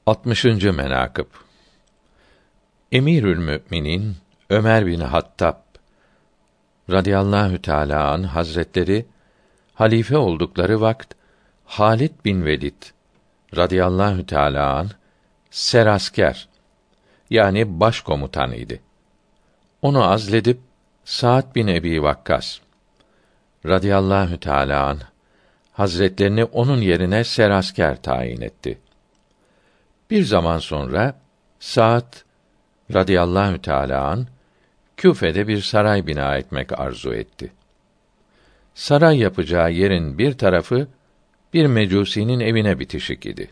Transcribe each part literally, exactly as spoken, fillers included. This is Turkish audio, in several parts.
altmışıncı menakıb Emirül Müminin Ömer bin Hattab radıyallahu teâlâ anh hazretleri halife oldukları vakt Halid bin Velid radıyallahu teâlâ anh serasker yani başkomutan idi. Onu azledip Sa'd bin Ebi Vakkas radıyallahu teâlâ anh hazretlerini onun yerine serasker tayin etti. Bir zaman sonra Sa'd radıyallahu teâlâ anh Küfe'de bir saray bina etmek arzu etti. Saray yapacağı yerin bir tarafı bir mecusinin evine bitişik idi.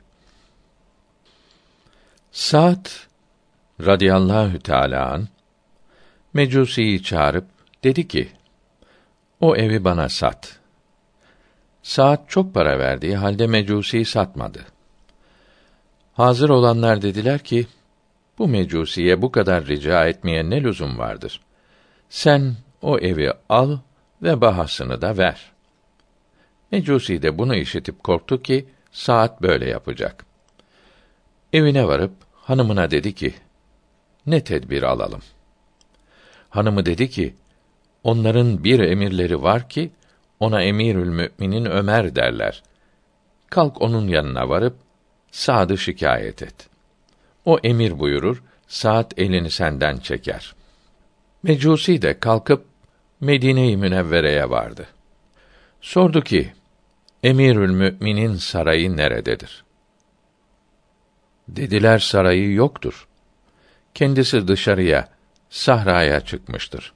Sa'd radıyallahu teâlâ anh mecusiyi çağırıp dedi ki: "O evi bana sat." Sa'd çok para verdiği halde mecusiyi satmadı. Hazır olanlar dediler ki: "Bu mecusiye bu kadar rica etmeye ne lüzum vardır? Sen o evi al ve bahasını da ver." Mecusi de bunu işitip korktu ki Sa'd böyle yapacak. Evine varıp hanımına dedi ki: "Ne tedbir alalım?" Hanımı dedi ki: "Onların bir emirleri var ki ona Emirül Müminin Ömer derler. Kalk onun yanına varıp Sa'd'ı şikâyet et. O emir buyurur, Sa'd elini senden çeker." Mecusi de kalkıp Medine-i Münevvere'ye vardı. Sordu ki: "Emirül Müminin sarayı nerededir?" Dediler, sarayı yoktur. Kendisi dışarıya, sahraya çıkmıştır.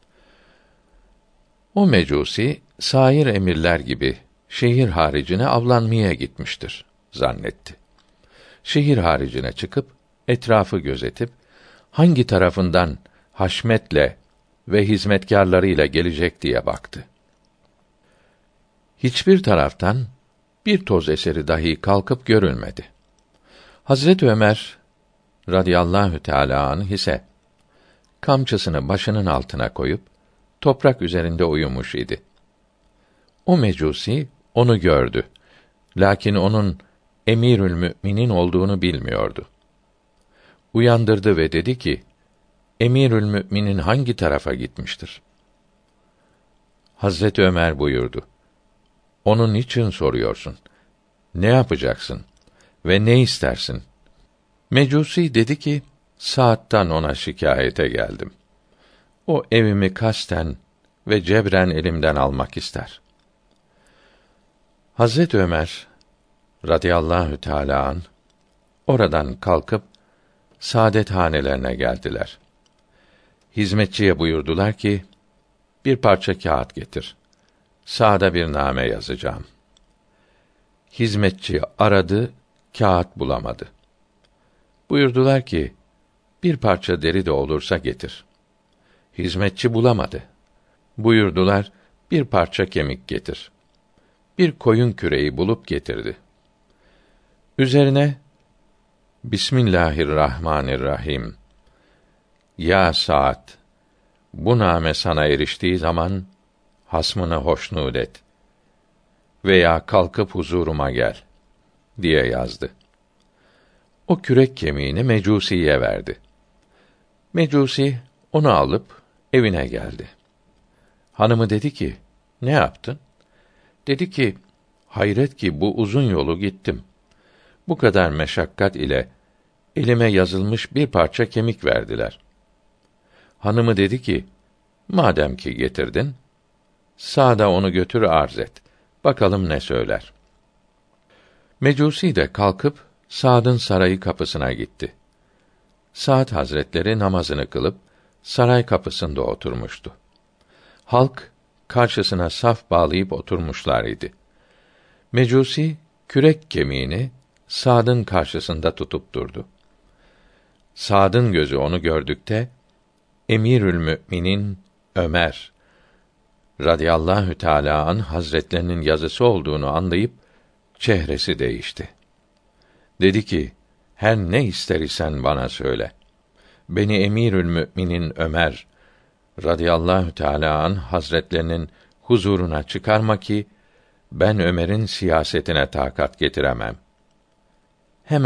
O mecusi, sair emirler gibi şehir haricine avlanmaya gitmiştir zannetti. Şehir haricine çıkıp etrafı gözetip hangi tarafından haşmetle ve hizmetkârlarıyla gelecek diye baktı. Hiçbir taraftan bir toz eseri dahi kalkıp görülmedi. Hazret Ömer radıyallahu teâlâ anh ise kamçısını başının altına koyup toprak üzerinde uyumuş idi. O mecusi onu gördü. Lakin onun Emirül Müminin olduğunu bilmiyordu. Uyandırdı ve dedi ki: "Emirül Müminin hangi tarafa gitmiştir?" Hazret Ömer buyurdu: "Onun niçin soruyorsun? Ne yapacaksın ve ne istersin?" Mecusi dedi ki: "Sa'd'dan ona şikâyete geldim. O evimi kasten ve cebren elimden almak ister." Hazret Ömer radıyallahu teâlâ anh oradan kalkıp saadethanelerine geldiler. Hizmetçiye buyurdular ki: "Bir parça kağıt getir. Sa'd'a bir name yazacağım." Hizmetçi aradı, kağıt bulamadı. Buyurdular ki: "Bir parça deri de olursa getir." Hizmetçi bulamadı. Buyurdular: "Bir parça kemik getir." Bir koyun küreği bulup getirdi. Üzerine Bismillahirrahmanirrahim. Ya Sa'd, bu name sana eriştiği zaman hasmını hoşnut et veya kalkıp huzuruma gel diye yazdı. O kürek kemiğini mecusiye verdi. Mecusi onu alıp evine geldi. Hanımı dedi ki: "Ne yaptın?" Dedi ki: "Hayret ki bu uzun yolu gittim. Bu kadar meşakkat ile elime yazılmış bir parça kemik verdiler." Hanımı dedi ki: "Madem ki getirdin, Sa'd'a onu götür arz et. Bakalım ne söyler." Mecusi de kalkıp Sa'd'ın sarayı kapısına gitti. Sa'd Hazretleri namazını kılıp saray kapısında oturmuştu. Halk karşısına saf bağlayıp oturmuşlar idi. Mecusi kürek kemiğini Sa'd'ın karşısında tutup durdu. Sa'd'ın gözü onu gördükte Emirül Müminin Ömer radıyallahu teâlâ anh hazretlerinin yazısı olduğunu anlayıp çehresi değişti. Dedi ki: "Her ne ister isen bana söyle. Beni Emirül Müminin Ömer radıyallahu teâlâ anh hazretlerinin huzuruna çıkarma ki ben Ömer'in siyasetine takat getiremem." Hemen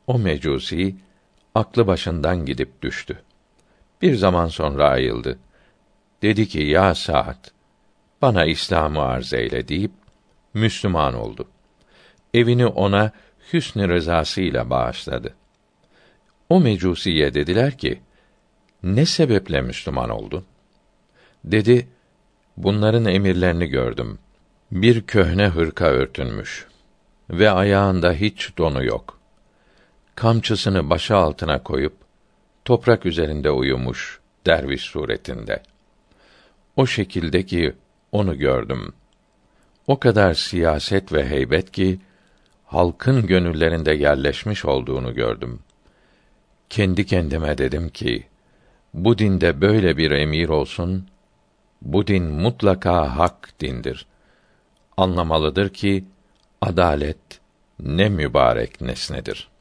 O mecusi aklı başından gidip düştü. Bir zaman sonra ayıldı. Dedi ki, ya Sa'd, bana İslam'ı arz eyle deyip Müslüman oldu. Evini ona hüsn-i rızasıyla bağışladı. O mecusiye dediler ki, ne sebeple Müslüman oldun? Dedi, bunların emirlerini gördüm. Bir köhne hırka örtünmüş ve ayağında hiç donu yok. Kamçısını başı altına koyup toprak üzerinde uyumuş derviş suretinde. O şekildeki onu gördüm. O kadar siyaset ve heybet ki halkın gönüllerinde yerleşmiş olduğunu gördüm. Kendi kendime dedim ki, bu dinde böyle bir emir olsun, bu din mutlaka hak dindir. Anlamalıdır ki, adalet ne mübarek nesnedir.